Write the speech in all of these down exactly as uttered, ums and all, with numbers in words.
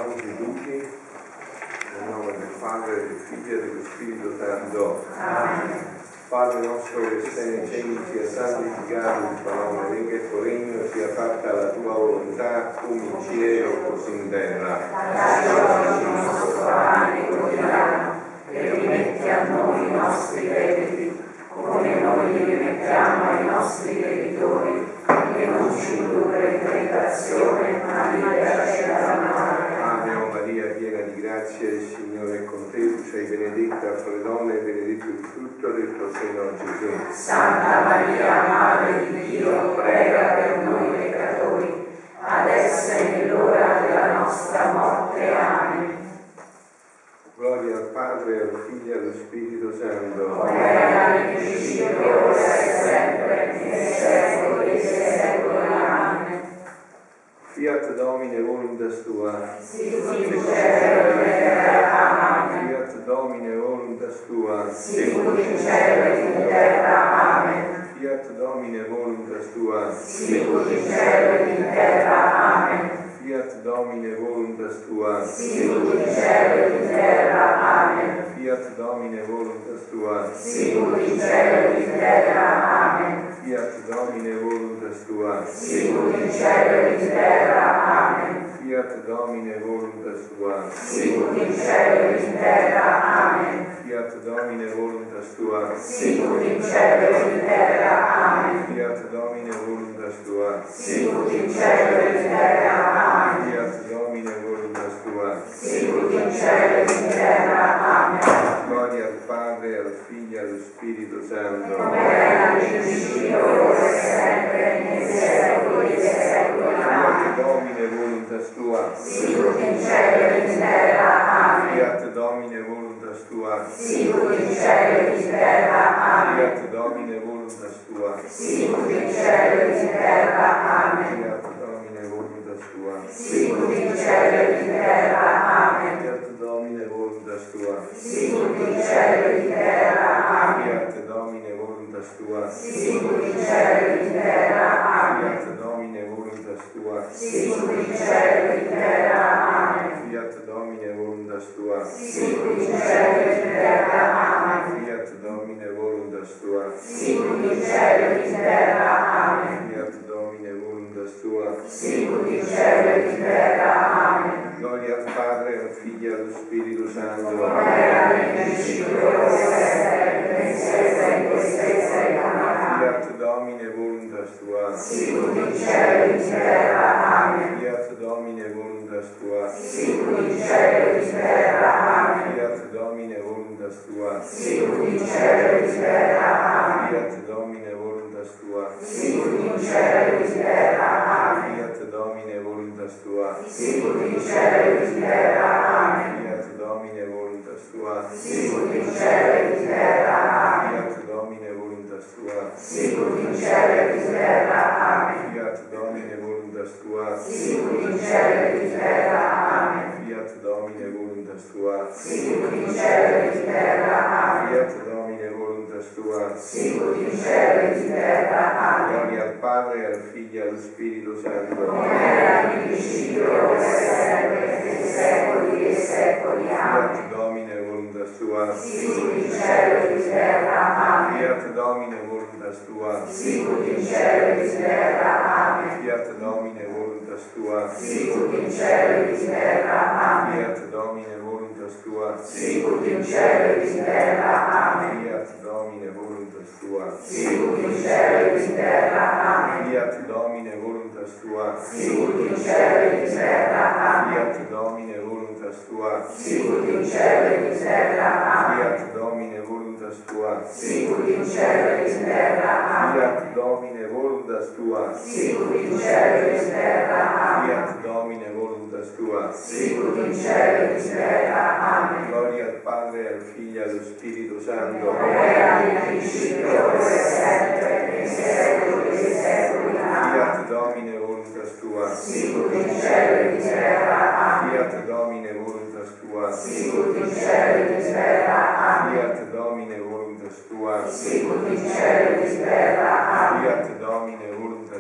Siamo seduti nel nome del Padre, del Figlio e dello Spirito Santo. Amen. Padre nostro che sei nei cieli, sia santificato il tuo nome, venga il tuo regno, sia fatta la tua volontà, come in cielo così in terra. Dacci oggi il nostro pane quotidiano, e rimetti a noi i nostri debiti, come noi li rimettiamo ai nostri debitori, e non ci indurre in tentazione, ma liberaci dal male. Ave Maria, piena di grazia, il Signore è con te, tu sei benedetta fra le donne e benedetto il frutto del tuo seno, Gesù. Santa Maria, Madre di Dio, prega per noi peccatori, adesso e nell'ora della nostra morte. Amen. Gloria al Padre, al Figlio e allo Spirito Santo. Come era nel principio, ora e sempre, nei secoli dei secoli. Amen. Fiat Domine voluntas tua. Sicut in cielo e in terra. Amen. Fiat Domine voluntas tua. Sicut in cielo e in terra. Amen. Fiat Domine voluntas tua. Sicut in cielo e in terra. Amen. Fiat Domine voluntas tua. Sicut in cielo e in terra. Amen. Fiat Domine voluntas tua. Sicut in cielo e in terra. Amen. Fiat Domine voluntas tua. Sicut in cielo e in terra. Amen. Fiat Domine voluntas tua. Sicut in cielo e in terra. Amen. Fiat Domine voluntas tua. Sicut in cielo e in terra. Amen. Fiat Domine voluntas tua. Sicut in cielo e in terra. Amen. Fiat Domine voluntas tua. Sicut in cielo e in terra. Amen. Gloria al Padre, al Figlio e allo Spirito Santo. Come era nel principio, ora e sempre, nei secoli dei secoli. Amen. Fiat Domine voluntas tua. Sicut in cielo e in terra. Amen. Fiat Domine voluntas tua. Sicut in cielo e in terra. Amen. Fiat Domine voluntas tua. Sicut in cielo e in terra. Amen. Fiat Domine voluntas tua. Sicut in cielo e in terra. Amen. Fiat Domine voluntas tua. Sicut in cielo e in terra. Amen. Fiat Domine voluntas tua. Sicut in cielo e in terra. Amen. Fiat Domine voluntas tua. Sicut in cielo e in terra. Amen. Fiat Domine voluntas tua. Sicut in cielo e in terra. Amen. Fiat Domine voluntas tua. Sicut in cielo e in terra. Amen. Fiat Domine voluntas tua. Sicut in cielo e in terra. Amen. Gloria al Padre, al Figlio e allo Spirito Santo. Come era nel principio, ora e sempre, nei secoli dei secoli. Amen. Fiat Domine voluntas tua. Sicut in cielo e in terra. Amen. Fiat Domine voluntas tua. Sicut in cielo e in terra. Amen. Fiat Domine voluntas tua. Sicut in cielo e in terra. Amen. Fiat Domine voluntas tua. Sicut in cielo e in terra. Amen. Fiat Domine voluntas tua. Sicut in cielo e in terra. Amen. Fiat Domine voluntas tua. Sicut in cielo e in terra. Amen. Fiat Domine voluntas tua. Sicut in cielo e in terra. Amen. Fiat Domine voluntas tua. Sicut in cielo e in terra. Amen. Fiat Domine voluntas tua. Sicut in cielo e in terra. Amen. Fiat Domine voluntas tua. Sicut in cielo e in terra. Amen. Gloria al Padre, al Figlio e allo Spirito Santo. Come era nel principio, ora e sempre, nei secoli dei secoli. Amen. Fiat Domine voluntas tua. Sicut in cielo e in terra. Amen. Fiat Domine voluntas tua. Sicut in cielo e in terra. Amen. Fiat Domine voluntas tua. Sicut in cielo e in terra. Amen. Fiat Domine voluntas tua. Sicut in cielo e in terra. Amen. Fiat Domine voluntas tua. Sicut in cielo e in terra. Amen. Fiat Domine voluntas tua. Sicut in cielo e in terra. Amen. Fiat Domine voluntas tua. Sicut in cielo e in terra. Amen. Fiat Domine voluntas tua. Sicut in cielo e in terra. Amen. Fiat Domine voluntas tua. Sicut in cielo e in terra. Amen. Fiat Domine voluntas tua. Sicut in cielo e in terra. Amen. Gloria al Padre, al Figlio e allo Spirito Santo. Come era nel principio, ora e sempre, nei secoli dei secoli. Amen. Fiat Domine voluntas tua. Sicut in cielo e in terra. Amen. Fiat Domine voluntas tua. Sicut in cielo e in terra. Amen. Fiat Domine voluntas tua. Sicut in cielo e in terra. Amen. Fiat Domine voluntas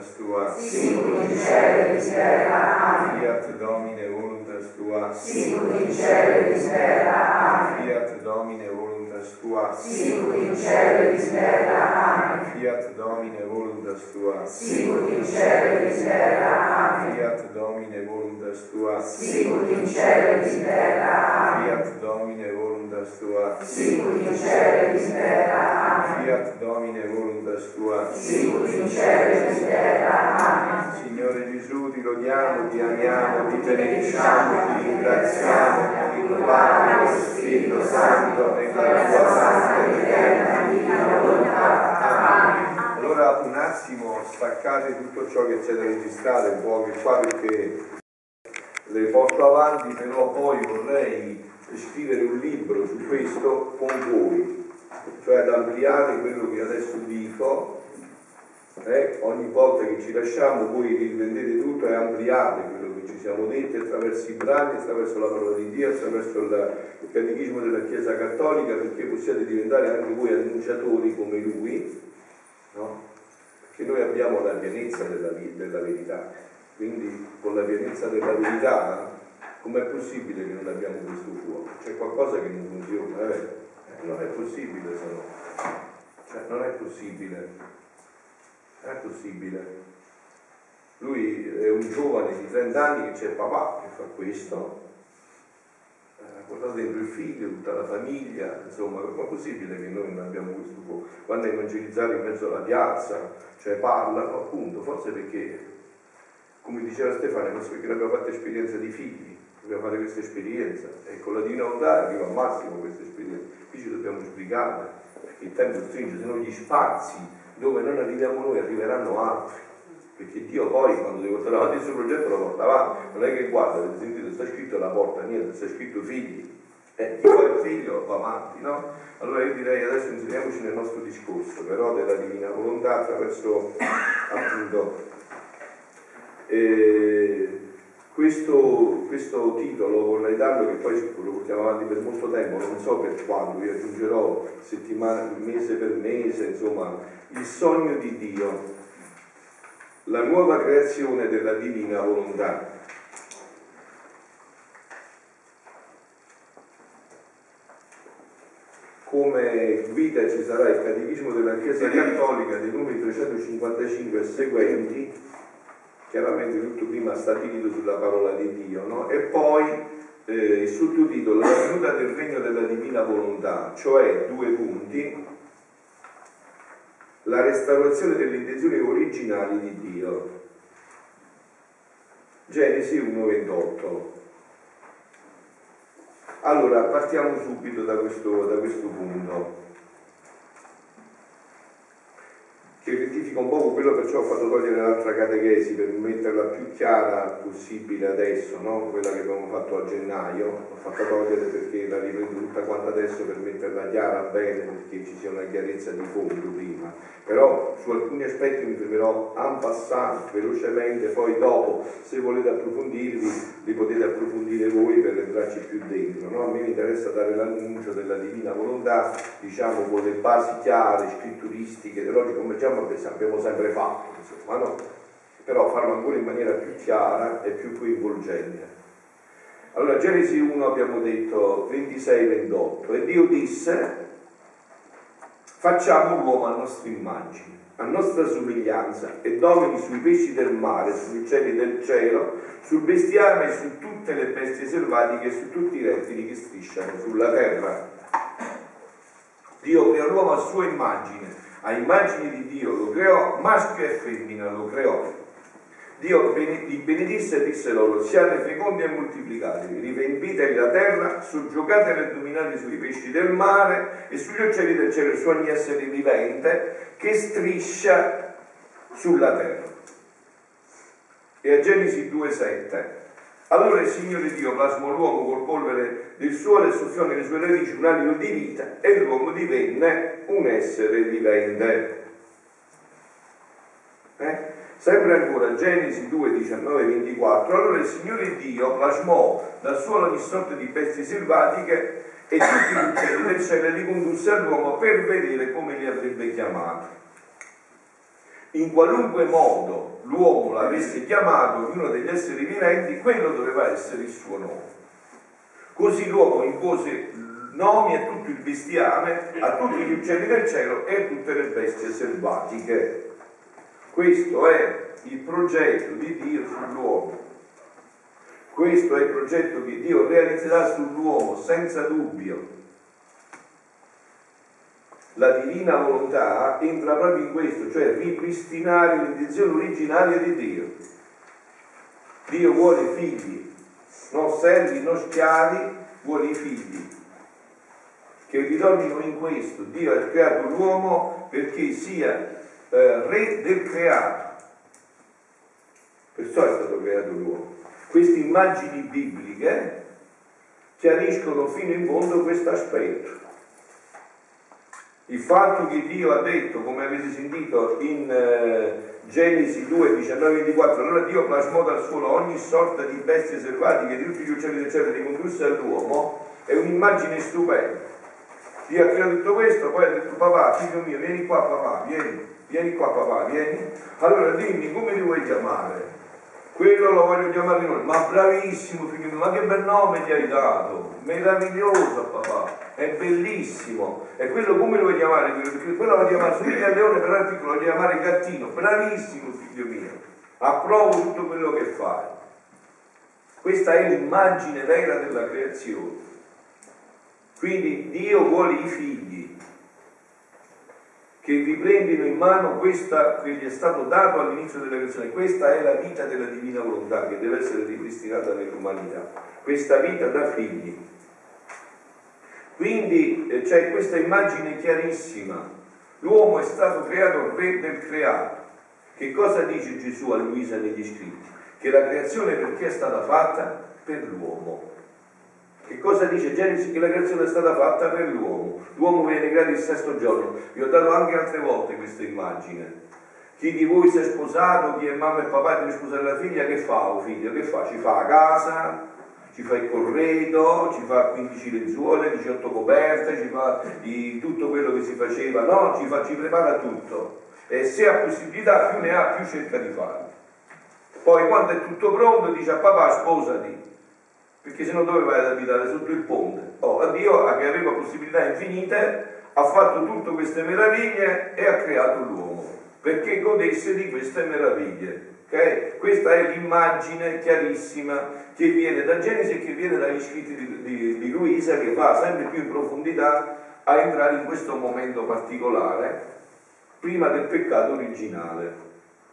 voluntas tua, sicut in cielo et in terra. Amen. fiat Domine voluntas tua, Sicut in cielo et in terra. Amen. fiat Domine voluntas tua, Sicut in cielo et in terra. Amen. fiat Domine voluntas tua, Sicut in cielo et in terra. Amen. fiat Domine voluntas tua, Sicut in cielo et in terra. Amen. fiat Domine voluntas tua, Sicut in cielo et in terra. Amen. fiat Domine voluntas tua. Sicut in cielo et in terra. Amen. Signore Gesù, ti lodiamo, ti amiamo, ti benediciamo, ti ringraziamo, in tuo Padre, lo Spirito Santo, nella tua santa ed eterna divina volontà. Amen. Allora un attimo staccate tutto ciò che c'è da registrare un po' che qua perché le porto avanti, però poi vorrei scrivere un libro su questo con voi, cioè ad ampliare quello che adesso dico. Eh, ogni volta che ci lasciamo voi riprendete tutto e ampliate quello che ci siamo detti attraverso i brani, attraverso la parola di Dio, attraverso il, il catechismo della Chiesa Cattolica, perché possiate diventare anche voi annunciatori come lui, no? Perché noi abbiamo la pienezza della, della verità, quindi con la pienezza della verità com'è possibile che non abbiamo questo fuoco? C'è qualcosa che non funziona, eh? Eh, non è possibile, se no, cioè, non è possibile. Non è possibile. Lui è un giovane di trenta anni che c'è il papà che fa questo, ha portato dentro il figlio, tutta la famiglia, insomma, com'è possibile che noi non abbiamo questo fuoco? Vanno a evangelizzare in mezzo alla piazza, cioè parlano, appunto, forse perché, come diceva Stefano, forse perché abbiamo fatto esperienza di figli, dobbiamo fare questa esperienza, e con la divina volontà arriva al massimo questa esperienza. Qui ci dobbiamo sbrigare, perché il tempo stringe, se no gli spazi dove non arriviamo noi arriveranno altri, perché Dio poi quando deve portare avanti il suo progetto lo porta avanti, non è che guarda, avete sentito, sta scritto la porta, niente, sta scritto figli, e poi il figlio va avanti, no? Allora io direi adesso inseriamoci nel nostro discorso, però della divina volontà attraverso appunto eh, questo, questo titolo vorrei darlo, che poi lo portiamo avanti per molto tempo, non so per quando, io aggiungerò settimana, mese per mese, insomma, il sogno di Dio, la nuova creazione della divina volontà. Come guida ci sarà il Catechismo della Chiesa Cattolica dei numeri trecentocinquantacinque e seguenti, chiaramente tutto prima stabilito sulla parola di Dio, no? E poi eh, il sottotitolo La venuta del regno della divina volontà, cioè due punti, la restaurazione delle intenzioni originali di Dio. Genesi uno ventotto. Allora, partiamo subito da questo, da questo punto, che rettifica un po' quello, perciò ho fatto togliere l'altra catechesi per metterla più chiara possibile adesso, no? Quella che abbiamo fatto a gennaio, l'ho fatta togliere perché la riprendo tutta quanta adesso per metterla chiara bene, perché ci sia una chiarezza di fondo prima. Però su alcuni aspetti mi fermerò en passant, velocemente, poi dopo, se volete approfondirvi, li potete approfondire voi per entrarci più dentro, no? A me mi interessa dare l'annuncio della divina volontà, diciamo con le basi chiare, scritturistiche, teologiche, come già abbiamo sempre fatto, insomma, no? Però farlo ancora in maniera più chiara e più coinvolgente. Allora, Genesi uno abbiamo detto ventisei ventotto, e Dio disse: facciamo l'uomo a nostra immagine, a nostra somiglianza, e domini sui pesci del mare, sugli uccelli del cielo, sul bestiame, su tutte le bestie selvatiche e su tutti i rettili che strisciano sulla terra. Dio creò l'uomo a sua immagine, a immagine di Dio lo creò, maschio e femmina lo creò. Dio li benedisse e disse loro: siate fecondi e moltiplicatevi, riempite la terra, soggiogate e dominate sui pesci del mare e sugli uccelli del cielo e su ogni essere vivente che striscia sulla terra. E a Genesi due sette: allora il Signore Dio plasmò l'uomo col polvere del suolo e soffiò nelle sue radici un alito di vita, e l'uomo divenne un essere vivente. Eh? Sempre ancora Genesi due diciannove ventiquattro: allora il Signore Dio plasmò dal suolo ogni sorta di bestie selvatiche e tutti gli uccelli del cielo, e li condusse all'uomo per vedere come li avrebbe chiamati. In qualunque modo l'uomo l'avesse chiamato uno degli esseri viventi, quello doveva essere il suo nome. Così l'uomo impose nomi a tutto il bestiame, a tutti gli uccelli del cielo e a tutte le bestie selvatiche. Questo è il progetto di Dio sull'uomo. Questo è il progetto che Dio realizzerà sull'uomo, senza dubbio. La divina volontà entra proprio in questo, cioè ripristinare l'intenzione originaria di Dio. Dio vuole figli, non servi, non schiavi, vuole i figli che ritornino in questo. Dio ha creato l'uomo perché sia eh, re del creato, perciò è stato creato l'uomo. Queste immagini bibliche chiariscono fino in fondo questo aspetto. Il fatto che Dio ha detto, come avete sentito in eh, Genesi due, diciannove ventiquattro, allora Dio plasmò dal suolo ogni sorta di bestie selvatiche, di tutti gli uccelli del cielo, e li condusse all'uomo, è un'immagine stupenda. Dio ha creato tutto questo, poi ha detto: papà, figlio mio, vieni qua papà, vieni, vieni qua papà, vieni. Allora dimmi, come ti vuoi chiamare? Quello lo voglio chiamare noi. Ma bravissimo figlio mio, ma che bel nome gli hai dato, meraviglioso papà, è bellissimo. E quello come lo vuoi chiamare? Perché quello lo chiamare somiglia al leone, però è piccolo, lo vuoi chiamare gattino. Bravissimo figlio mio, approvo tutto quello che fai. Questa è l'immagine vera della creazione. Quindi Dio vuole i figli che riprendino in mano questa che gli è stato dato all'inizio della creazione. Questa è la vita della divina volontà che deve essere ripristinata nell'umanità, questa vita da figli. Quindi eh, c'è questa immagine chiarissima: l'uomo è stato creato re del creato. Che cosa dice Gesù a Luisa negli scritti? Che la creazione perché è stata fatta? Per l'uomo. Che cosa dice Genesi? Che la creazione è stata fatta per l'uomo. L'uomo viene creato il sesto giorno. Vi ho dato anche altre volte questa immagine. Chi di voi si è sposato, chi è mamma e papà deve sposare la figlia, che fa o figlio? Che fa? Ci fa a casa, ci fa il corredo, ci fa quindici lenzuola, diciotto coperte, ci fa di tutto quello che si faceva, no? Ci, fa, ci prepara tutto. E se ha possibilità, più ne ha, più cerca di farlo. Poi quando è tutto pronto dice a papà: sposati, perché se no dove vai ad abitare? Sotto il ponte. Oh, Dio, che aveva possibilità infinite, ha fatto tutte queste meraviglie e ha creato l'uomo perché godesse di queste meraviglie. Okay? Questa è l'immagine chiarissima che viene da Genesi e che viene dagli scritti di, di, di Luisa, che va sempre più in profondità a entrare in questo momento particolare prima del peccato originale.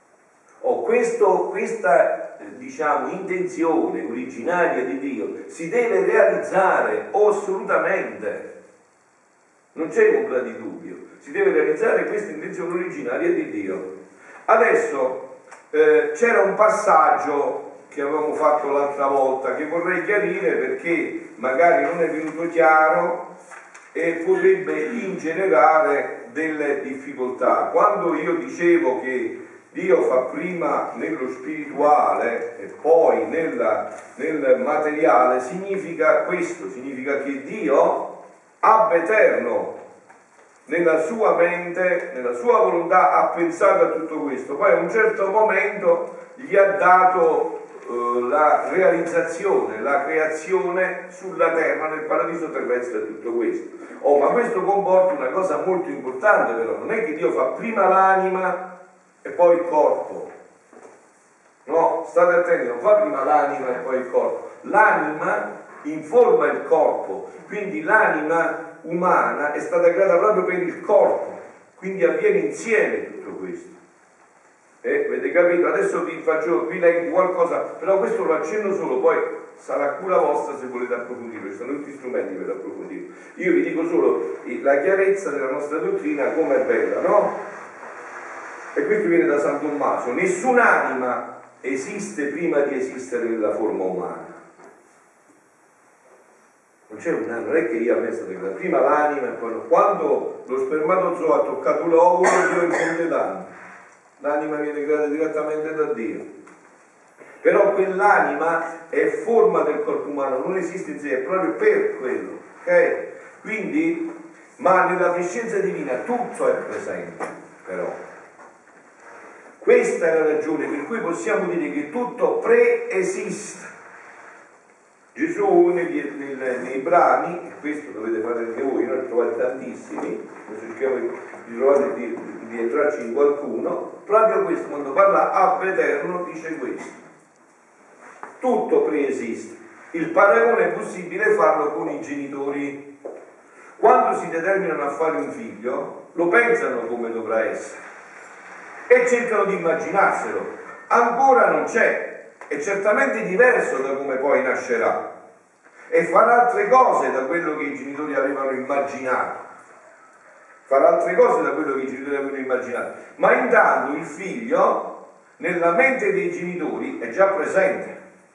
Oh, questo, questa diciamo intenzione originaria di Dio si deve realizzare assolutamente, non c'è ombra di dubbio, si deve realizzare questa intenzione originaria di Dio. Adesso eh, c'era un passaggio che avevamo fatto l'altra volta che vorrei chiarire perché magari non è venuto chiaro e potrebbe ingenerare delle difficoltà. Quando io dicevo che Dio fa prima nello spirituale e poi nella, nel materiale, significa questo, significa che Dio, ab eterno, nella sua mente, nella sua volontà, ha pensato a tutto questo. Poi a un certo momento gli ha dato eh, la realizzazione, la creazione sulla terra, nel paradiso terrestre, tutto questo. Oh, ma questo comporta una cosa molto importante però, non è che Dio fa prima l'anima e poi il corpo. No, state attenti, non fa prima l'anima e poi il corpo. L'anima informa il corpo, quindi l'anima umana è stata creata proprio per il corpo, quindi avviene insieme tutto questo. Eh, avete capito? Adesso vi faccio, vi leggo qualcosa, però questo lo accenno solo, poi sarà cura vostra se volete approfondire, ci sono tutti strumenti per approfondire. Io vi dico solo la chiarezza della nostra dottrina, come è bella, no? E questo viene da San Tommaso: nessun'anima esiste prima di esistere nella forma umana. Non c'è un'anima, non è che io a me stata creata prima l'anima e poi no. Quando lo spermatozoo ha toccato l'ovulo, Dio infonde l'anima. L'anima viene creata direttamente da Dio. Però quell'anima è forma del corpo umano, non esiste in sé, è proprio per quello. Ok? Quindi, ma nella prescienza divina tutto è presente, però. Questa è la ragione per cui possiamo dire che tutto preesiste. Gesù nei, nei, nei brani, e questo dovete fare anche voi, noi ne trovate tantissimi, cerchiamo di, trovare, di, di entrarci in qualcuno, proprio questo, quando parla ab eterno, dice questo. Tutto preesiste. Il paragone è possibile farlo con i genitori. Quando si determinano a fare un figlio, lo pensano come dovrà essere e cercano di immaginarselo. Ancora non c'è, è certamente diverso da come poi nascerà e farà altre cose da quello che i genitori avevano immaginato. Farà altre cose da quello che i genitori avevano immaginato. Ma intanto il figlio, nella mente dei genitori, è già presente.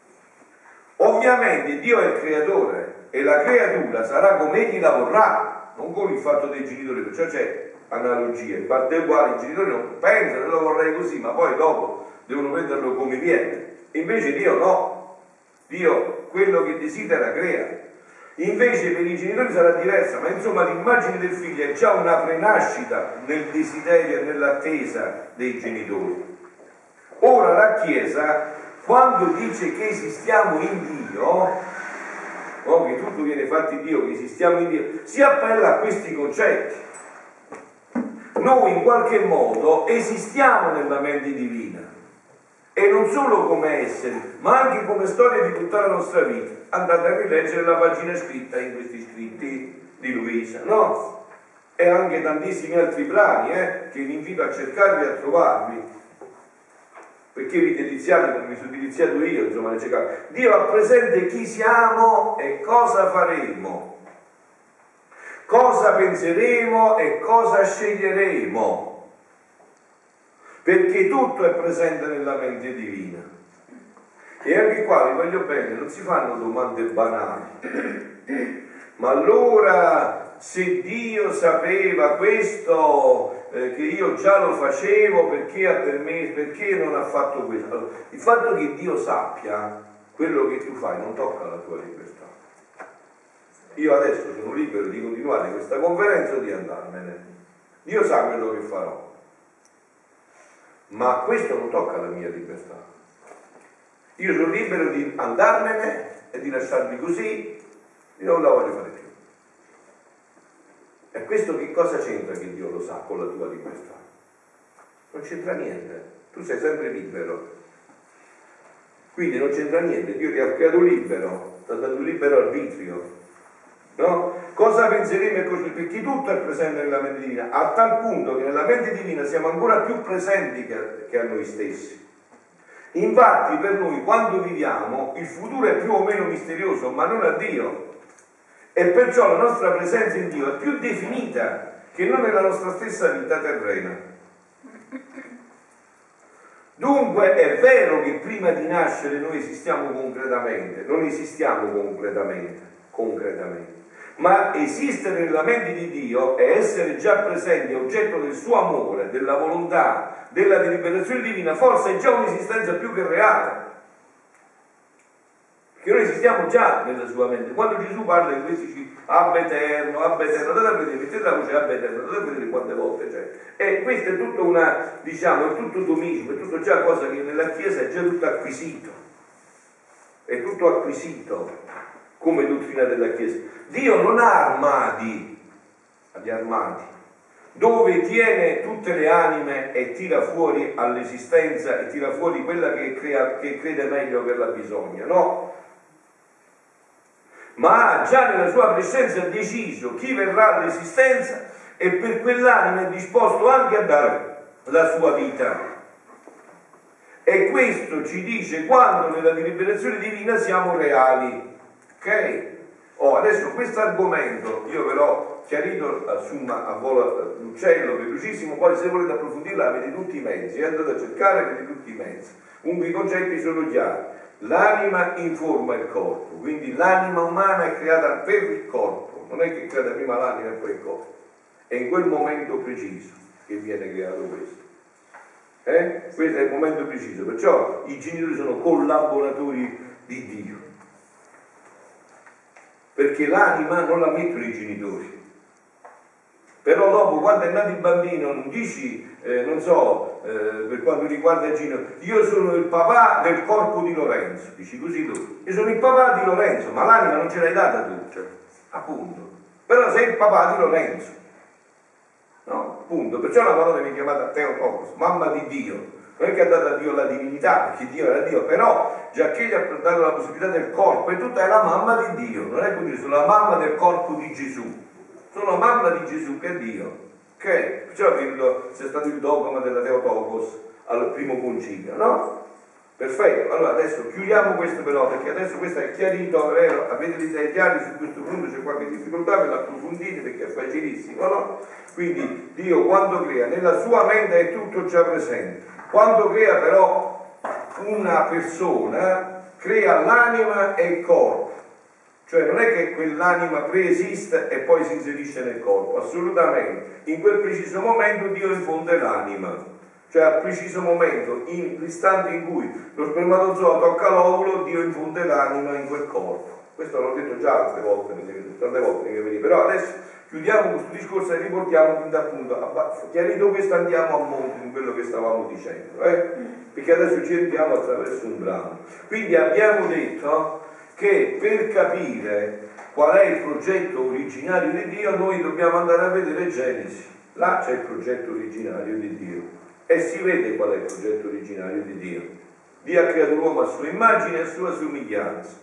Ovviamente Dio è il creatore e la creatura sarà come egli la vorrà, non con il fatto dei genitori, perciò c'è analogia, in parte uguale, i genitori non pensano, lo vorrei così, ma poi dopo devono prenderlo come viene. Invece Dio no, Dio quello che desidera crea. Invece per i genitori sarà diversa, ma insomma l'immagine del figlio è già una prenascita nel desiderio e nell'attesa dei genitori. Ora la Chiesa, quando dice che esistiamo in Dio, oh, che tutto viene fatto in Dio, che esistiamo in Dio, si appella a questi concetti. Noi in qualche modo esistiamo nella mente divina, e non solo come esseri, ma anche come storia di tutta la nostra vita. Andate a rileggere la pagina scritta in questi scritti di Luisa, no? E anche tantissimi altri brani, eh, che vi invito a cercarvi e a trovarvi, perché vi deliziate come mi sono deliziato io, insomma, a cercare. Dio ha presente chi siamo e cosa faremo, cosa penseremo e cosa sceglieremo, perché tutto è presente nella mente divina. E anche qua, vi voglio bene, non si fanno domande banali. Ma allora, se Dio sapeva questo, eh, che io già lo facevo, perché, ha permesso, perché non ha fatto questo? Allora, il fatto che Dio sappia quello che tu fai non tocca la tua libertà. Io adesso sono libero di continuare questa conferenza o di andarmene. Dio sa quello che farò. Ma questo non tocca la mia libertà. Io sono libero di andarmene e di lasciarmi così, io non la voglio fare più. E questo che cosa c'entra che Dio lo sa con la tua libertà? Non c'entra niente, tu sei sempre libero. Quindi non c'entra niente, Dio ti ha creato libero, ti ha dato un libero arbitrio. No? Cosa penseremo e così? Perché tutto è presente nella mente divina, a tal punto che nella mente divina siamo ancora più presenti che, che a noi stessi. Infatti per noi quando viviamo il futuro è più o meno misterioso, ma non a Dio, e perciò la nostra presenza in Dio è più definita che non nella nostra stessa vita terrena. Dunque è vero che prima di nascere noi esistiamo concretamente, non esistiamo completamente, concretamente, ma esistere nella mente di Dio è essere già presenti, oggetto del suo amore, della volontà, della deliberazione divina, forse è già un'esistenza più che reale, che noi esistiamo già nella sua mente. Quando Gesù parla in questi dice ab eterno, ab eterno, andate a vedere, mettete la voce ab eterno, andate a vedere quante volte c'è. E questo è tutto una, diciamo, è tutto domismo, è tutto già cosa che nella Chiesa è già tutto acquisito, è tutto acquisito come dottrina della Chiesa. Dio non ha armadi, agli armadi, dove tiene tutte le anime e tira fuori all'esistenza e tira fuori quella che, crea, che crede meglio che la bisogna, no? Ma ha già nella sua presenza deciso chi verrà all'esistenza e per quell'anima è disposto anche a dare la sua vita. E questo ci dice quando nella deliberazione divina siamo reali. Ok? Oh, adesso questo argomento io ve l'ho chiarito a, summa, a volo d'uccello, velocissimo, poi se volete approfondirla avete tutti i mezzi, andate a cercare, avete tutti i mezzi. Comunque i concetti sono chiari. L'anima informa il corpo, quindi l'anima umana è creata per il corpo, non è che è creata prima l'anima e poi il corpo, è in quel momento preciso che viene creato questo. Eh? Questo è il momento preciso, perciò i genitori sono collaboratori di Dio, perché l'anima non la mettono i genitori. Però dopo, quando è nato il bambino, non dici eh, non so, eh, per quanto riguarda Gino, io sono il papà del corpo di Lorenzo, dici così tu, io sono il papà di Lorenzo, ma l'anima non ce l'hai data tu, cioè, appunto, però sei il papà di Lorenzo, no? Appunto, perciò la parola viene chiamata Theotokos, mamma di Dio. Non è che ha dato a Dio la divinità, perché Dio era Dio, però già che gli ha dato la possibilità del corpo e tutta è la mamma di Dio, non è quindi sono la mamma del corpo di Gesù, sono la mamma di Gesù che è Dio, ok? Perciò credo sia stato il dogma della Theotokos al primo concilio, no? Perfetto, allora adesso chiudiamo questo però, perché adesso questo è chiarito, vero? Avete le idee chiare su questo punto, c'è qualche difficoltà, ve l'approfondite perché è facilissimo, no? Quindi Dio quando crea, nella sua mente è tutto già presente. Quando crea però una persona, crea l'anima e il corpo, cioè non è che quell'anima preesiste e poi si inserisce nel corpo, assolutamente. In quel preciso momento Dio infonde l'anima, cioè al preciso momento, in l'istante in cui lo spermatozoo tocca l'ovulo, Dio infonde l'anima in quel corpo. Questo l'ho detto già altre volte, tante volte che veniva, però adesso chiudiamo questo discorso e riportiamo quindi appunto, chiarito questo andiamo a monte in quello che stavamo dicendo, eh? Perché adesso ci entriamo attraverso un brano. Quindi abbiamo detto che per capire qual è il progetto originario di Dio noi dobbiamo andare a vedere Genesi, là c'è il progetto originario di Dio e si vede qual è il progetto originario di Dio. Dio ha creato l'uomo a sua immagine e a sua somiglianza.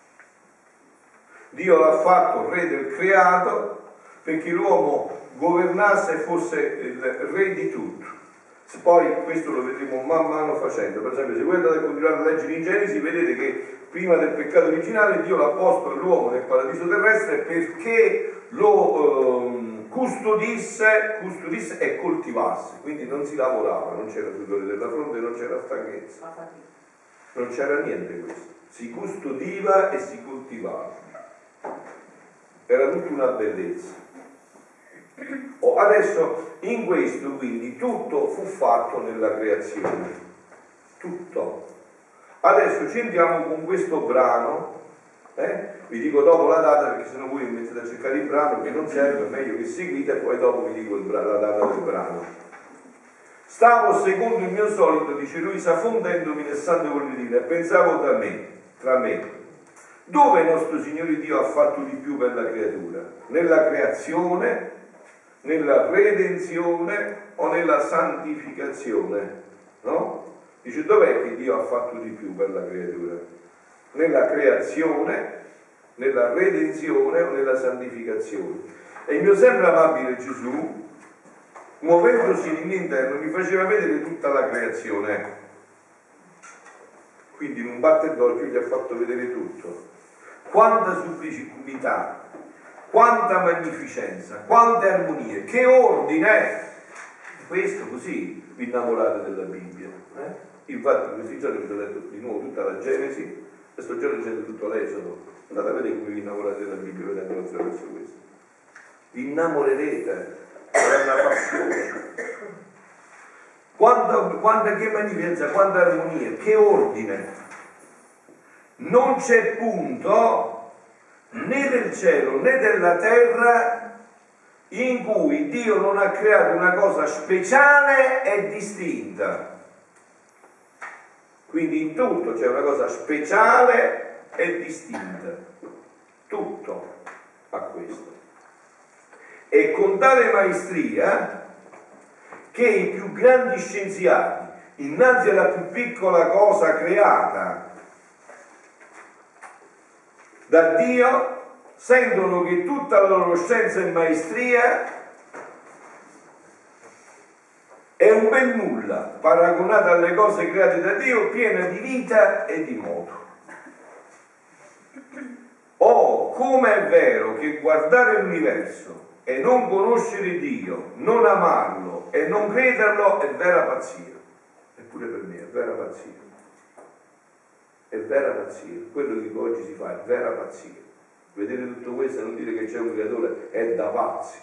Dio l'ha fatto re del creato perché l'uomo governasse e fosse il re di tutto. Poi questo lo vedremo man mano facendo. Per esempio, se voi andate a continuare a leggere in Genesi, vedete che prima del peccato originale Dio l'ha posto all'uomo nel paradiso terrestre perché lo ehm, custodisse, custodisse e coltivasse. Quindi non si lavorava, non c'era sudore della fronte, non c'era stanchezza. Non c'era niente questo. Si custodiva e si coltivava. Era tutta una bellezza. Oh, adesso in questo quindi tutto fu fatto nella creazione, tutto. Adesso ci entriamo con questo brano, eh? Vi dico dopo la data perché sennò voi mi mettete a cercare il brano che non serve, è meglio che seguite e poi dopo vi dico il brano, la data del brano. Stavo secondo il mio solito, dice Luisa, fondendomi nel santo cuore di Dio e pensavo da me, tra me, dove il nostro Signore Dio ha fatto di più per la creatura? Nella creazione, nella redenzione o nella santificazione? No? Dice, dov'è che Dio ha fatto di più per la creatura? Nella creazione, nella redenzione o nella santificazione? E il mio sempre amabile Gesù, muovendosi nel mio interno, mi faceva vedere tutta la creazione. Quindi in un batter d'occhio gli ha fatto vedere tutto. Quanta sublimità, quanta magnificenza, quante armonie, che ordine! Questo così vi innamorate della Bibbia. Eh? Infatti questi giorni vi ho letto di nuovo tutta la Genesi, questo giorno c'è tutto l'Esodo. Andate a vedere come vi innamorate della Bibbia vedendo attraverso questo. Vi innamorerete, sarà una passione. Quanta, quanta che magnificenza, quanta armonia, che ordine! Non c'è punto né del cielo né della terra in cui Dio non ha creato una cosa speciale e distinta. Quindi in tutto c'è una cosa speciale e distinta. Tutto a questo. E con tale maestria che i più grandi scienziati, innanzi alla più piccola cosa creata da Dio, sentono che tutta la loro scienza e maestria è un bel nulla paragonata alle cose create da Dio, piena di vita e di modo. Oh, come è vero che guardare l'universo e non conoscere Dio, non amarlo e non crederlo è vera pazzia. Eppure per me è vera pazzia. È vera pazzia. Quello che oggi si fa è vera pazzia. Vedere tutto questo e non dire che c'è un creatore è da pazzi.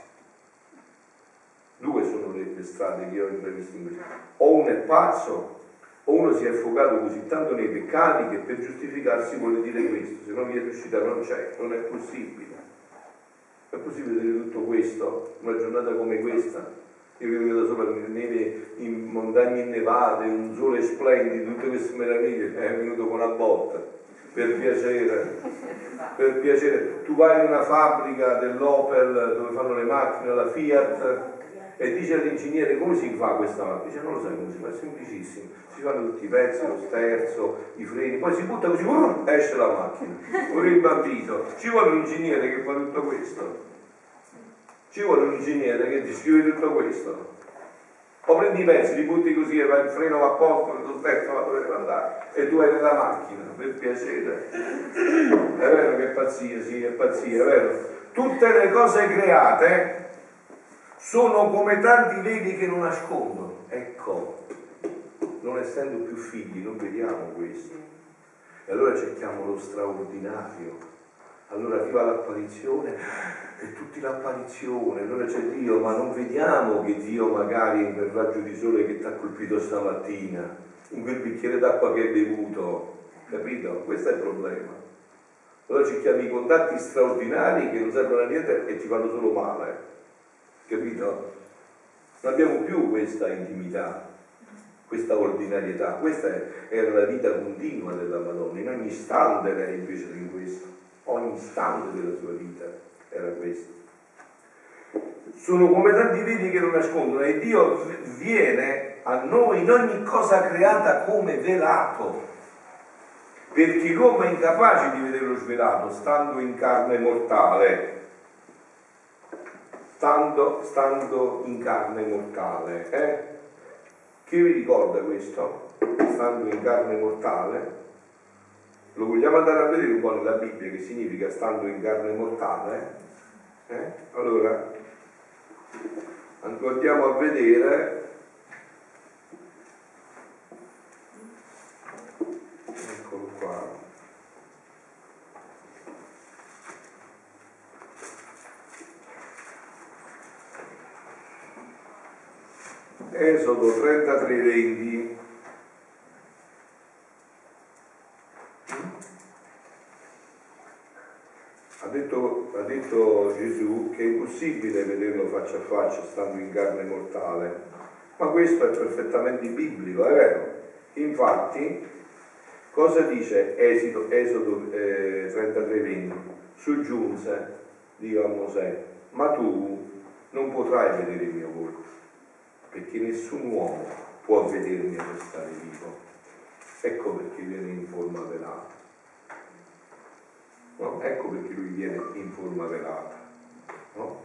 Due sono le, le strade che io ho intravisto in questo. O uno è pazzo, o uno si è affogato così tanto nei peccati che per giustificarsi vuole dire questo. Se non vi è riuscita non c'è, non è possibile. È possibile vedere tutto questo, una giornata come questa, Io vedo da sopra neve in montagne innevate, un sole splendido, tutte queste meraviglie, è venuto con una botta, per piacere, per piacere. Tu vai in una fabbrica dell'Opel dove fanno le macchine, la Fiat, e dice all'ingegnere come si fa questa macchina? Dice non lo sai come si fa, è semplicissimo, si fanno tutti i pezzi, lo sterzo, i freni, poi si butta così, uh, esce la macchina, pure il bambino. Ci vuole un ingegnere che fa tutto questo. Ci vuole un ingegnere che ti scrive tutto questo. O prendi i pezzi, li butti così e il freno va a posto, lo sterzo va dove deve andare e tu hai nella macchina, per piacere. È vero che è pazzia, sì, è pazzia, è vero. Tutte le cose create sono come tanti veli che non nascondono. Ecco, non essendo più figli non vediamo questo. E allora cerchiamo lo straordinario. Allora arriva l'apparizione e tutti l'apparizione, allora c'è Dio, ma non vediamo che Dio magari in quel raggio di sole che ti ha colpito stamattina, in quel bicchiere d'acqua che hai bevuto, capito? Questo è il problema. Allora cerchiamo i contatti straordinari che non servono a niente e ci fanno solo male, capito? Non abbiamo più questa intimità, questa ordinarietà, questa era la vita continua della Madonna, in ogni istante lei invece di questo. Ogni istante della sua vita era questo. Sono come tanti veli che non nascondono e Dio viene a noi in ogni cosa creata come velato, perché l'uomo è incapace di vederlo svelato stando in carne mortale, stando, stando in carne mortale. Eh? Chi vi ricorda questo? Stando in carne mortale? Lo vogliamo andare a vedere un po' nella Bibbia che significa stando in carne mortale? Eh? Allora, andiamo a vedere, eccolo qua, Esodo trentatré venti. Ha detto, ha detto Gesù che è impossibile vederlo faccia a faccia stando in carne mortale, ma questo è perfettamente biblico, è vero. Infatti, cosa dice Esodo, Esodo eh, trentatré venti? Soggiunse Dio a Mosè, ma tu non potrai vedere il mio volto, perché nessun uomo può vedermi e restare vivo. Ecco perché viene in forma velata. No? Ecco perché lui viene in forma velata. No?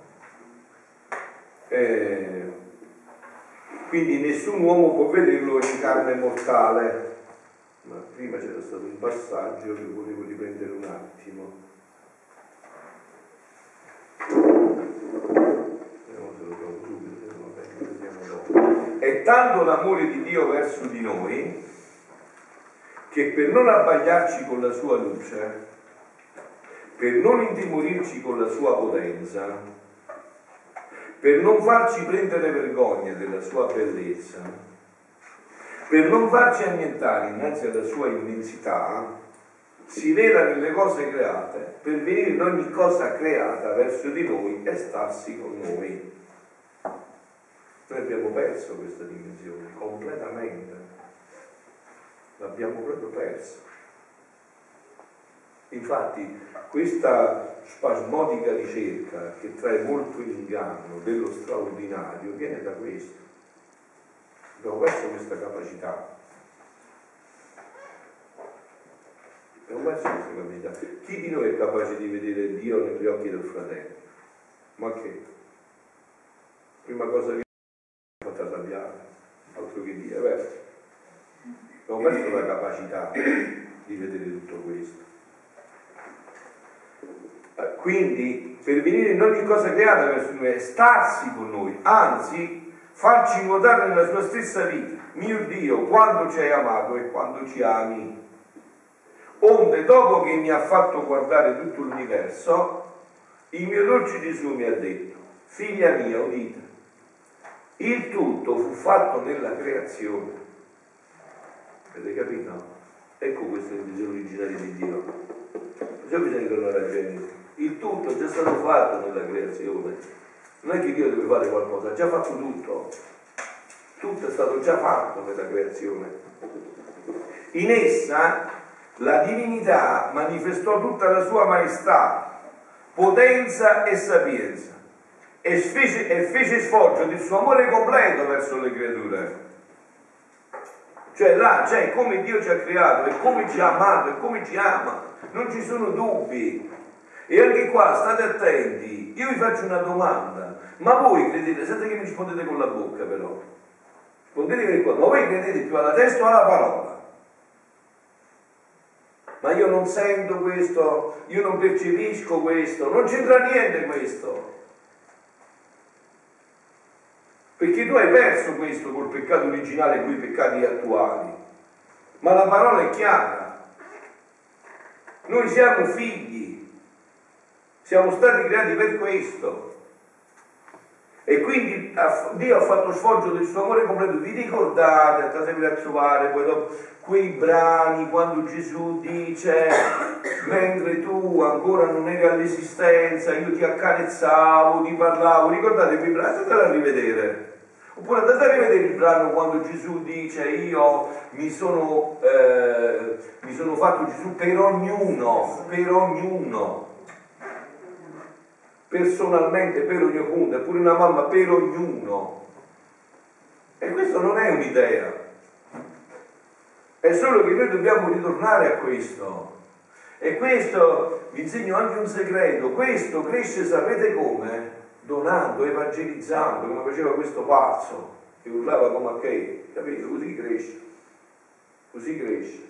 Eh, quindi nessun uomo può vederlo in carne mortale. Ma prima c'era stato un passaggio che volevo riprendere un attimo. Vediamo se lo trovo subito, se non lo vediamo dopo. È tanto l'amore di Dio verso di noi che per non abbagliarci con la sua luce, per non intimorirci con la sua potenza, per non farci prendere vergogna della sua bellezza, per non farci annientare innanzi alla sua immensità, si vela nelle cose create, per venire in ogni cosa creata verso di noi e starsi con noi. Noi abbiamo perso questa dimensione completamente, l'abbiamo proprio persa. Infatti questa spasmodica ricerca che trae molto in inganno dello straordinario viene da questo. Abbiamo perso questa capacità. Abbiamo perso questa capacità. Chi di noi è capace di vedere Dio negli occhi del fratello? Ma che? Prima cosa che ha fatto arrabbiare, altro che dire, vero? Abbiamo perso la capacità di vedere tutto questo. Quindi per venire in ogni cosa creata verso noi è starsi con noi, anzi farci nuotare nella sua stessa vita. Mio Dio, quando ci hai amato e quando ci ami. Onde dopo che mi ha fatto guardare tutto l'universo, il mio dolce Gesù mi ha detto: figlia mia, udite, il tutto fu fatto nella creazione. Avete capito? Ecco questo è il disegno originario di Dio. Perciò bisogna tornare a Genesi. Il tutto è già stato fatto nella creazione. Non è che Dio deve fare qualcosa, ha già fatto tutto. Tutto è stato già fatto nella creazione. In essa la divinità manifestò tutta la sua maestà, potenza e sapienza e fece, e fece sfoggio del suo amore completo verso le creature. Cioè là c'è come Dio ci ha creato e come ci ha amato e come ci ama, non ci sono dubbi. E anche qua state attenti, io vi faccio una domanda, ma voi credete, senza che mi rispondete con la bocca però, rispondete qua, ma voi credete più alla testa o alla parola? Ma io non sento questo, io non percepisco questo, non c'entra niente questo. Perché tu hai perso questo col peccato originale e con i peccati attuali. Ma la parola è chiara. Noi siamo figli, siamo stati creati per questo. E quindi Dio ha fatto sfoggio del suo amore completo. Vi ricordate, andatevi a trovare poi dopo, quei brani quando Gesù dice: mentre tu ancora non eri all'esistenza, io ti accarezzavo, ti parlavo. Ricordate quei brani? Andate a rivedere. Oppure andate a rivedere il brano quando Gesù dice: io mi sono, eh, mi sono fatto Gesù per ognuno, per ognuno. Personalmente per ognuno, è pure una mamma per ognuno. E questo non è un'idea, è solo che noi dobbiamo ritornare a questo. E questo vi insegno anche un segreto: questo cresce, sapete come? Donando, evangelizzando, come faceva questo pazzo che urlava come a che, capito? Così cresce, così cresce.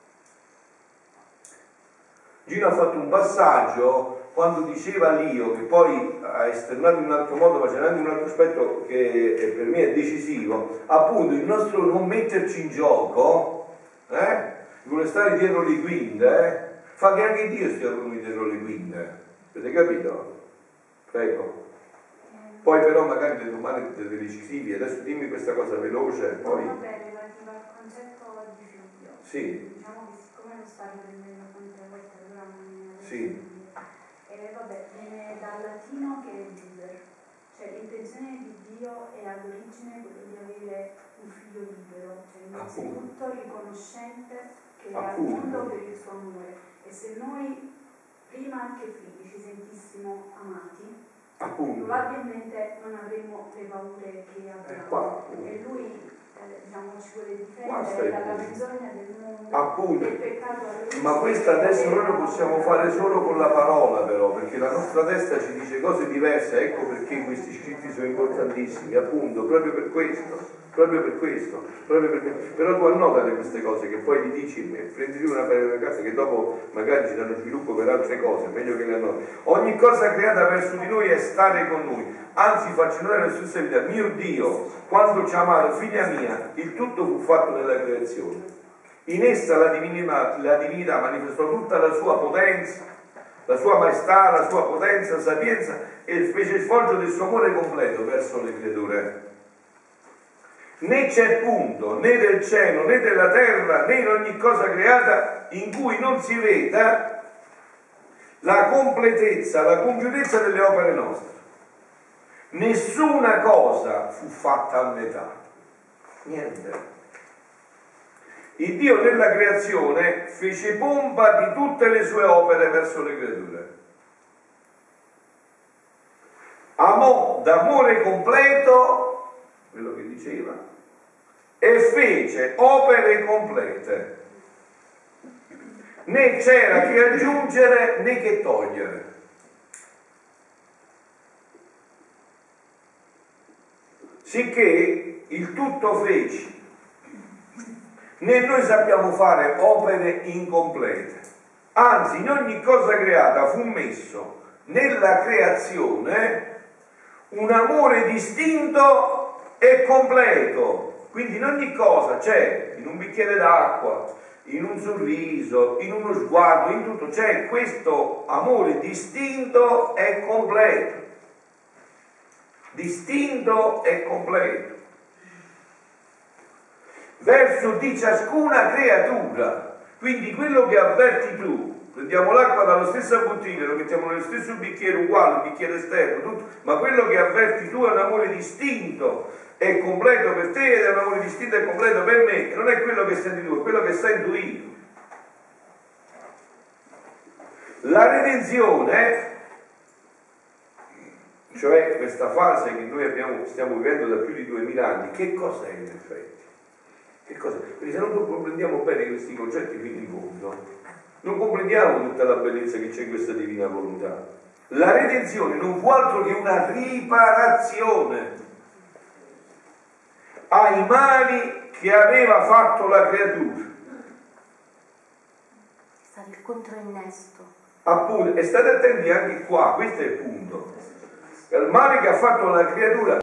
Gino ha fatto un passaggio quando diceva l'io, che poi ha esternato in un altro modo, facendo anche un altro aspetto che per me è decisivo, appunto il nostro non metterci in gioco, eh? vuole stare dietro le quinte, eh? fa che anche Dio stia con noi dietro le quinte, avete capito? Prego. Poi però magari domani te le scrivi, adesso dimmi questa cosa veloce, poi... Va bene, relativa al concetto di figlio. Sì. Diciamo che siccome lo stai prendendo tante volte, allora non è... Sì. Eh, vabbè, viene dal latino che è liber, cioè l'intenzione di Dio è all'origine quello di avere un figlio libero, cioè innanzitutto riconoscente che è al mondo per il suo amore. E se noi, prima anche figli, ci sentissimo amati, Appunto. probabilmente non avremo le paure che abbiamo. E lui eh, diciamo, ci vuole difendere dalla menzogna del mondo, appunto. del peccato. Ma questo adesso noi lo possiamo fare solo con la parola però, perché la nostra testa ci dice cose diverse. Ecco perché questi scritti sono importantissimi, appunto, proprio per questo. Proprio per questo, proprio per questo. Però tu annotale queste cose che poi gli dici, prenditi una ragazza che dopo magari ci danno sviluppo per altre cose, meglio che le annoti. Ogni cosa creata verso di noi è stare con noi, anzi faccio notare la stessa vita, mio Dio, quando ci ha amato, figlia mia, il tutto fu fatto nella creazione. In essa la divinità, la divinità manifestò tutta la sua potenza, la sua maestà, la sua potenza, sapienza e fece sfoggio del suo amore completo verso le creature. Né c'è punto né del cielo né della terra né in ogni cosa creata in cui non si veda la completezza, la compiutezza delle opere nostre. Nessuna cosa fu fatta a metà, niente. Il Dio nella creazione fece pompa di tutte le sue opere verso le creature. Amò d'amore completo, quello che diceva, e fece opere complete. Né c'era che aggiungere né che togliere. Sicché il tutto fece. Né noi sappiamo fare opere incomplete. Anzi, in ogni cosa creata fu messo nella creazione un amore distinto e completo. Quindi in ogni cosa c'è, in un bicchiere d'acqua, in un sorriso, in uno sguardo, in tutto c'è questo amore distinto e completo. Distinto e completo. Verso di ciascuna creatura. Quindi quello che avverti tu prendiamo l'acqua dalla stessa bottiglia, lo mettiamo nello stesso bicchiere uguale, un bicchiere esterno, tutto, ma quello che avverti tu è un amore distinto e completo per te ed è un amore distinto e completo per me, che non è quello che senti tu, è quello che sento io. La redenzione, cioè questa fase che noi abbiamo, stiamo vivendo da più di duemila anni, che cos'è in effetti? Che cos'è? Perché se non comprendiamo bene questi concetti fino in fondo, non comprendiamo tutta la bellezza che c'è in questa divina volontà. La redenzione non fu altro che una riparazione ai mali che aveva fatto la creatura. È stato il controinnesto. Appunto, e state attenti anche qua, questo è il punto. Il male che ha fatto la creatura,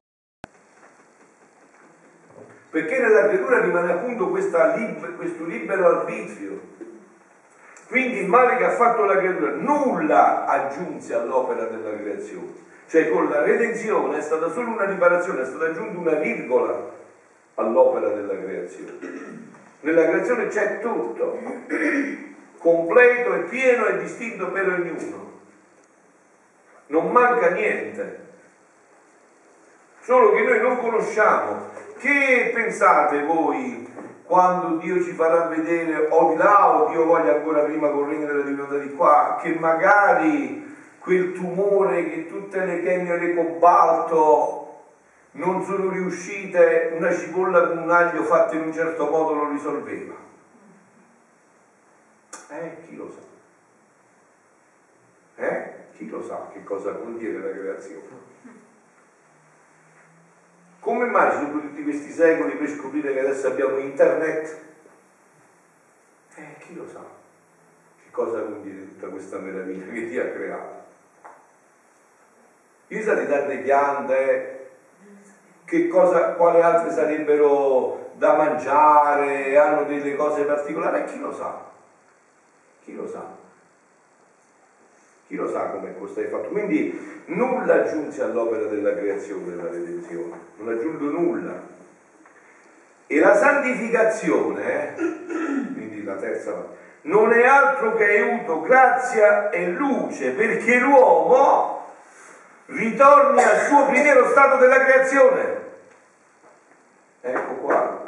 perché nella creatura rimane appunto questa liber, questo libero arbitrio. Quindi il male che ha fatto la creatura nulla aggiunse all'opera della creazione, cioè con la redenzione è stata solo una riparazione, è stata aggiunta una virgola all'opera della creazione. Nella creazione c'è tutto, completo e pieno e distinto per ognuno, non manca niente, solo che noi non conosciamo. Che pensate voi quando Dio ci farà vedere o di là o Dio voglia ancora prima col regno della divinità di qua, che magari quel tumore, che tutte le chemie e le cobalto non sono riuscite, una cipolla con un aglio fatta in un certo modo lo risolveva? Eh, chi lo sa? Eh? Chi lo sa che cosa contiene la creazione? Come mai sono tutti questi secoli per scoprire che adesso abbiamo internet? Eh, chi lo sa che cosa contiene tutta questa meraviglia che Dio ha creato? Io sa di tante piante, che cosa, quali altre sarebbero da mangiare, hanno delle cose particolari, eh, chi lo sa? Chi lo sa? Chi lo sa come questo è fatto? Quindi nulla aggiunse all'opera della creazione, della redenzione, non ha aggiunto nulla. E la santificazione, eh, quindi la terza parte, non è altro che aiuto, grazia e luce, perché l'uomo ritorni al suo primero stato della creazione. Ecco qua.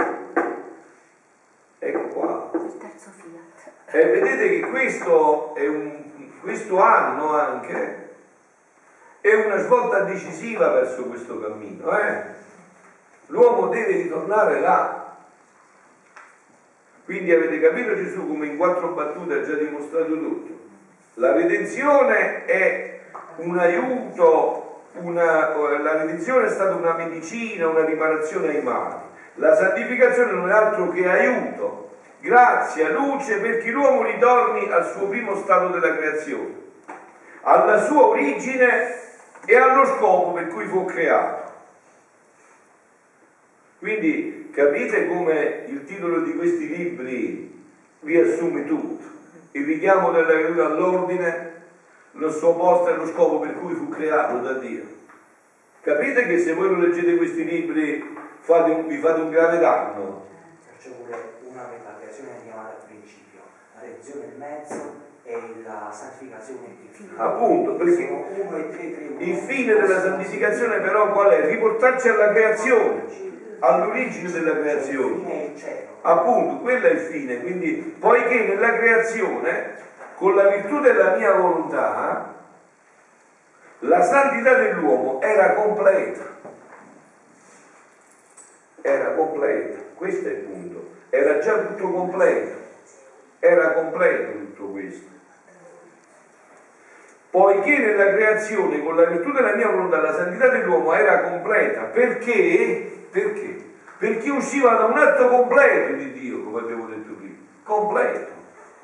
Ecco qua. Il terzo fiat. E vedete che questo è un questo anno anche è una svolta decisiva verso questo cammino, eh? L'uomo deve ritornare là. Quindi avete capito Gesù come in quattro battute ha già dimostrato tutto. La redenzione è un aiuto, una, la redenzione è stata una medicina, una riparazione ai mali. La santificazione non è altro che aiuto, grazia, luce, perché l'uomo ritorni al suo primo stato della creazione, alla sua origine e allo scopo per cui fu creato. Quindi capite come il titolo di questi libri riassume tutto: il richiamo della creatura all'ordine, lo suo posto e lo scopo per cui fu creato da Dio. Capite che se voi non leggete questi libri fate un, vi fate un grave danno. C'è pure una per la creazione chiamata al principio, la redenzione il mezzo e la santificazione il fine. Appunto, perché Sono uno e tre, tre, uno. Il fine della santificazione però qual è? Riportarci alla creazione, all'origine della creazione. Appunto, quello è il fine. Quindi, poiché nella creazione, con la virtù della mia volontà, la santità dell'uomo era completa. Era completa, questo è il punto. Era già tutto completo. Era completo tutto questo. Poiché nella creazione, con la virtù della mia volontà, la santità dell'uomo era completa. Perché? Perché? Perché usciva da un atto completo di Dio, come abbiamo detto prima. Completo.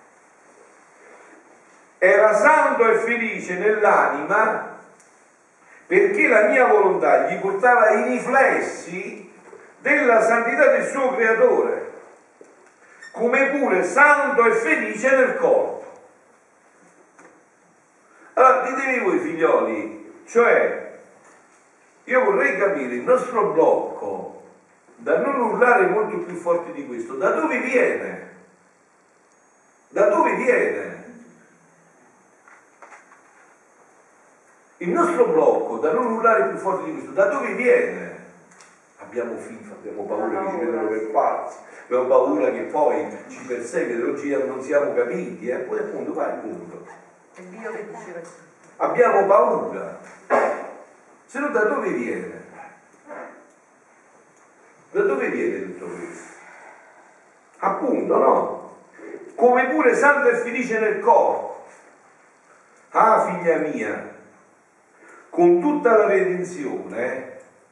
Era santo e felice nell'anima perché la mia volontà gli portava i riflessi della santità del suo creatore, come pure santo e felice nel corpo. Allora ditevi voi figlioli, cioè io vorrei capire il nostro blocco, da non urlare molto più forte di questo, da dove viene? Da dove viene? Il nostro blocco, da non urlare più forte di questo, da dove viene? Abbiamo FIFA, abbiamo paura che ci vedano per pazzi, abbiamo paura che poi ci perseguitano, non, ci, non siamo capiti, e poi appunto qua è il punto. È Dio che diceva sì. Abbiamo paura. Se no da dove viene? Da dove viene tutto questo? Appunto, no? Come pure santo e felice nel corpo. Ah, figlia mia, con tutta la redenzione,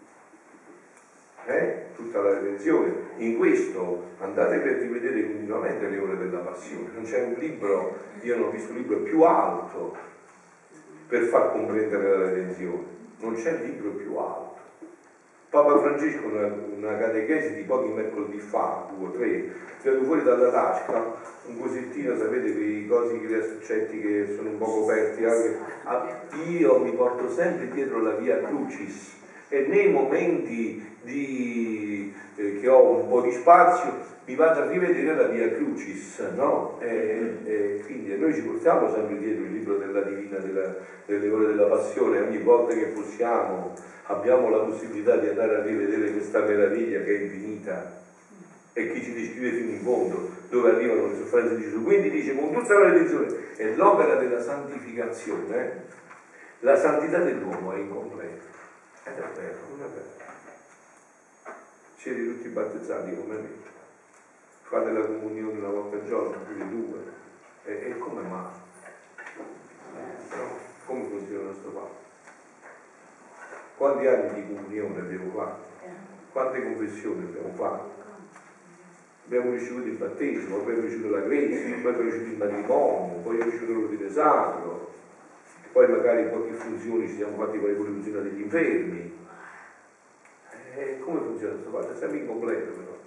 eh? tutta la redenzione, in questo andate per rivedere continuamente le ore della passione. Non c'è un libro, io non ho visto un libro più alto per far comprendere la redenzione, non c'è libro più alto. Papa Francesco, una, una catechesi di pochi mercoledì fa, due o tre, tirato fuori dalla tasca un cosettino, sapete, quei cosi che assocetti che sono un po' coperti anche. Io mi porto sempre dietro la via Crucis e nei momenti di, eh, che ho un po' di spazio mi vado a rivedere la via Crucis, no? E, e quindi noi ci portiamo sempre dietro il libro della Divina, della, delle ore della Passione, ogni volta che possiamo abbiamo la possibilità di andare a rivedere questa meraviglia che è infinita e che ci descrive fino in fondo dove arrivano le sofferenze di Gesù. Quindi dice, con tutta la redenzione e l'opera della santificazione, la santità dell'uomo è incompleta. Ed è vero, non è vero. Siete tutti battezzati come me, fate la comunione una volta al giorno, più di due, e, e come mai? Eh, no? Come funziona questo fatto? Quanti anni di comunione abbiamo fatto? Quante confessioni abbiamo fatto? Abbiamo ricevuto il battesimo, poi abbiamo ricevuto la cresima, poi abbiamo ricevuto il matrimonio, poi abbiamo ricevuto l'ordine sacro, poi magari in qualche funzione ci siamo fatti con le funzioni degli infermi. E come funziona questo fatto? È sempre incompleto però.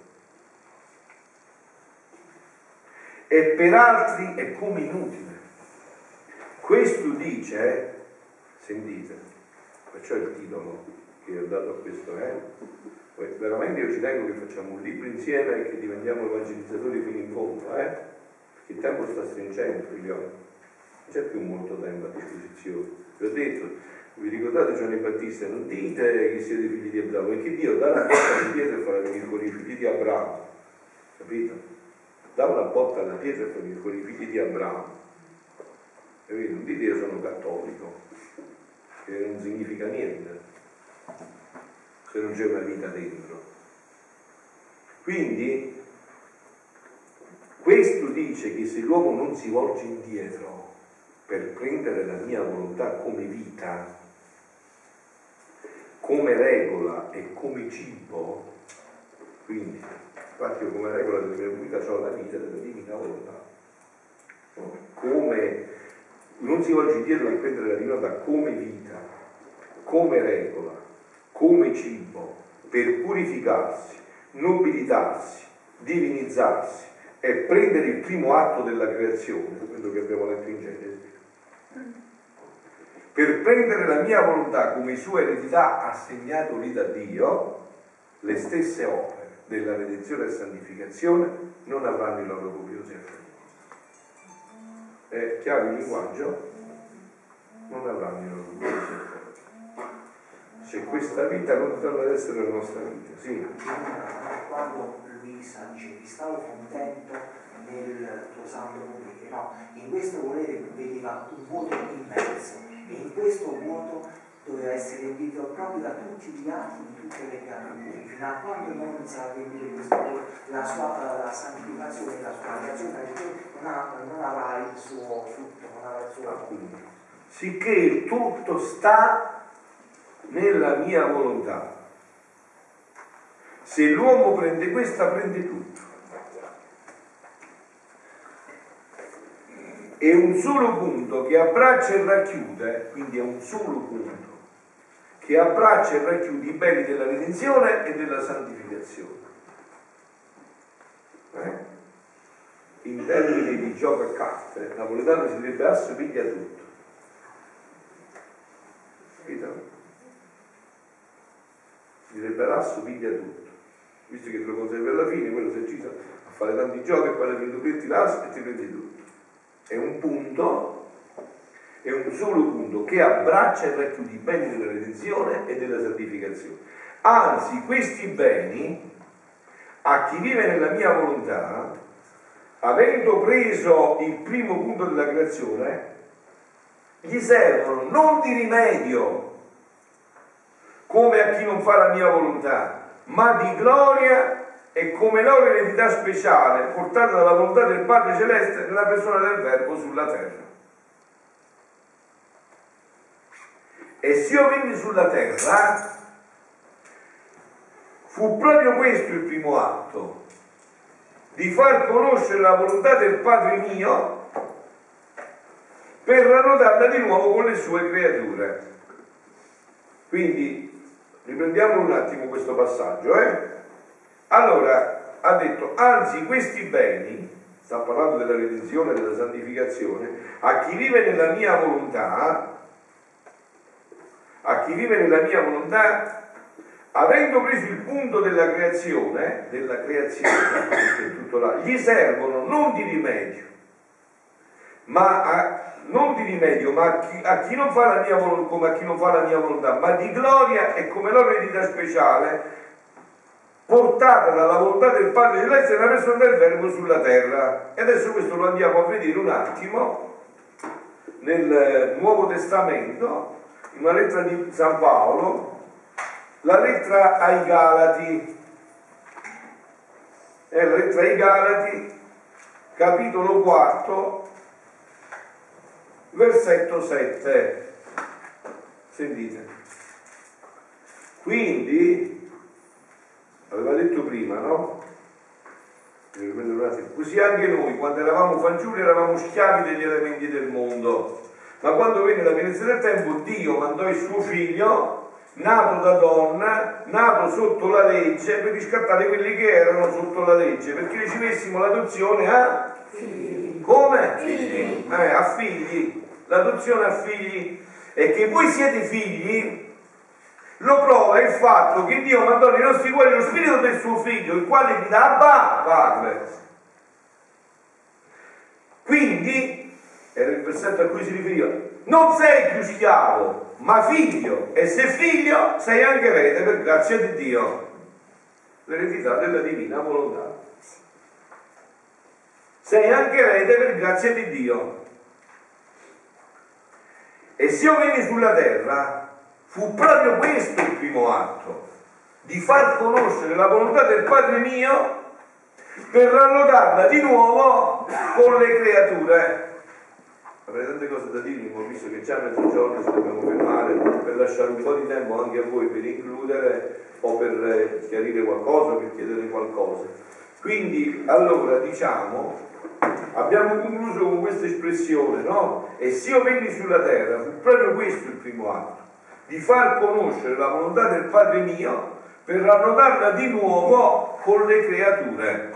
E per altri è come inutile. Questo dice, sentite, perciò il titolo che ho dato a questo è, eh? veramente io ci tengo che facciamo un libro insieme e che diventiamo evangelizzatori fino in fondo, eh? Perché il tempo sta stringendo, figlioli, non c'è più molto tempo a disposizione. Vi ho detto, vi ricordate Giovanni Battista, non dite che siete figli di Abramo, perché Dio dà una botta alla pietra e farà venire fuori i figli di Abramo, capito? Dà una botta alla pietra e fa venire fuori i figli di Abramo, capito? Non dite io sono cattolico, che non significa niente se non c'è una vita dentro. Quindi questo dice che se l'uomo non si volge indietro per prendere la mia volontà come vita, come regola e come cibo, quindi infatti io come regola della mia vita ho la vita della divina volontà, come non si volge indietro per prendere la divina volontà come vita, come regola, come cibo, per purificarsi, nobilitarsi, divinizzarsi e prendere il primo atto della creazione, quello che abbiamo letto in Genesi, per prendere la mia volontà come sua eredità assegnato lì da Dio, le stesse opere della redenzione e santificazione non avranno i loro copiosi effetti. È chiaro il linguaggio? Non avranno i loro copiosi effetti. Se questa vita non torna ad essere la nostra vita, sì. Quando Luisa dice ti stavo contento nel tuo santo volere, no, in questo volere vedeva un vuoto immenso e in questo vuoto doveva essere riempito proprio da tutti gli atti di tutte le creature, fino a quando non sarà riempito questo vuoto, la sua la santificazione, la sua creazione non, ha, non avrà il suo frutto, non avrà il suo appunto. Sicché il tutto sta nella mia volontà. Se l'uomo prende questa, prende tutto. È un solo punto che abbraccia e racchiude, quindi è un solo punto che abbraccia e racchiude i beni della redenzione e della santificazione. Eh? In termini di gioco a carte, napoletano si direbbe assomiglia a tutto. Capito? Direbbe l'assomiglia a tutto, visto che te lo conservi alla fine, quello si è deciso a fare tanti giochi e poi alla fine tu prendi l'asso e ti prendi tutto. È un punto, è un solo punto che abbraccia e racchiude i beni della redenzione e della santificazione. Anzi, questi beni, a chi vive nella mia volontà, avendo preso il primo punto della creazione, gli servono non di rimedio, come a chi non fa la mia volontà, ma di gloria e come loro eredità speciale portata dalla volontà del Padre Celeste nella persona del Verbo sulla terra. E se io venni sulla terra, fu proprio questo il primo atto, di far conoscere la volontà del Padre mio per rannodarla di nuovo con le sue creature. Quindi riprendiamo un attimo questo passaggio, eh? Allora, ha detto, anzi questi beni, sta parlando della redenzione e della santificazione, a chi vive nella mia volontà, a chi vive nella mia volontà, avendo preso il punto della creazione, della creazione, è tutto là, gli servono non di rimedio, ma a, non di rimedio, ma a chi, a chi non fa la mia volontà, come a chi non fa la mia volontà, ma di gloria e come loro eredità speciale, portata dalla volontà del Padre Celeste nella persona del Verbo sulla terra. E adesso questo lo andiamo a vedere un attimo nel Nuovo Testamento, in una lettera di San Paolo, la lettera ai Galati, è la lettera ai Galati, capitolo quattro, versetto sette. Sentite. Quindi, aveva detto prima, no? Così anche noi, quando eravamo fanciulli, eravamo schiavi degli elementi del mondo. Ma quando venne la pienezza del tempo, Dio mandò il suo figlio, nato da donna, nato sotto la legge, per riscattare quelli che erano sotto la legge, perché ricevessimo l'adozione a Figli. come? Figli. Eh, a figli, l'adozione a figli. E che voi siete figli lo prova il fatto che Dio mandò nei nostri cuori lo spirito del suo figlio, il quale vi dà Abba, Padre. Quindi era il versetto a cui si riferiva, non sei più schiavo ma figlio, e se figlio sei anche erede per grazia di Dio, l'eredità della divina volontà. Sei anche erede per grazia di Dio. E se io venni sulla terra, fu proprio questo il primo atto, di far conoscere la volontà del Padre mio per rannodarla di nuovo con le creature. Avrei tante cose da dirvi, ma visto che già a mezzogiorno ci dobbiamo fermare per lasciare un po' di tempo anche a voi per includere o per chiarire qualcosa, per chiedere qualcosa. Quindi, allora, diciamo, abbiamo concluso con questa espressione, no? E se io venni sulla terra, fu proprio questo il primo atto, di far conoscere la volontà del Padre mio per rannodarla di nuovo con le creature.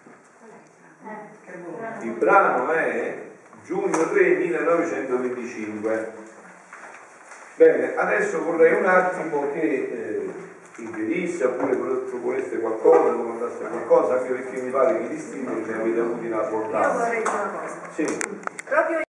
Il brano è giugno tre millenovecentoventicinque. Bene, adesso vorrei un attimo che eh, impedisse, oppure proponeste qualcosa, domandaste qualcosa, anche perché mi pare che gli stimoli ne avete avuti una portata. Io vorrei dire una cosa. Sì. Proprio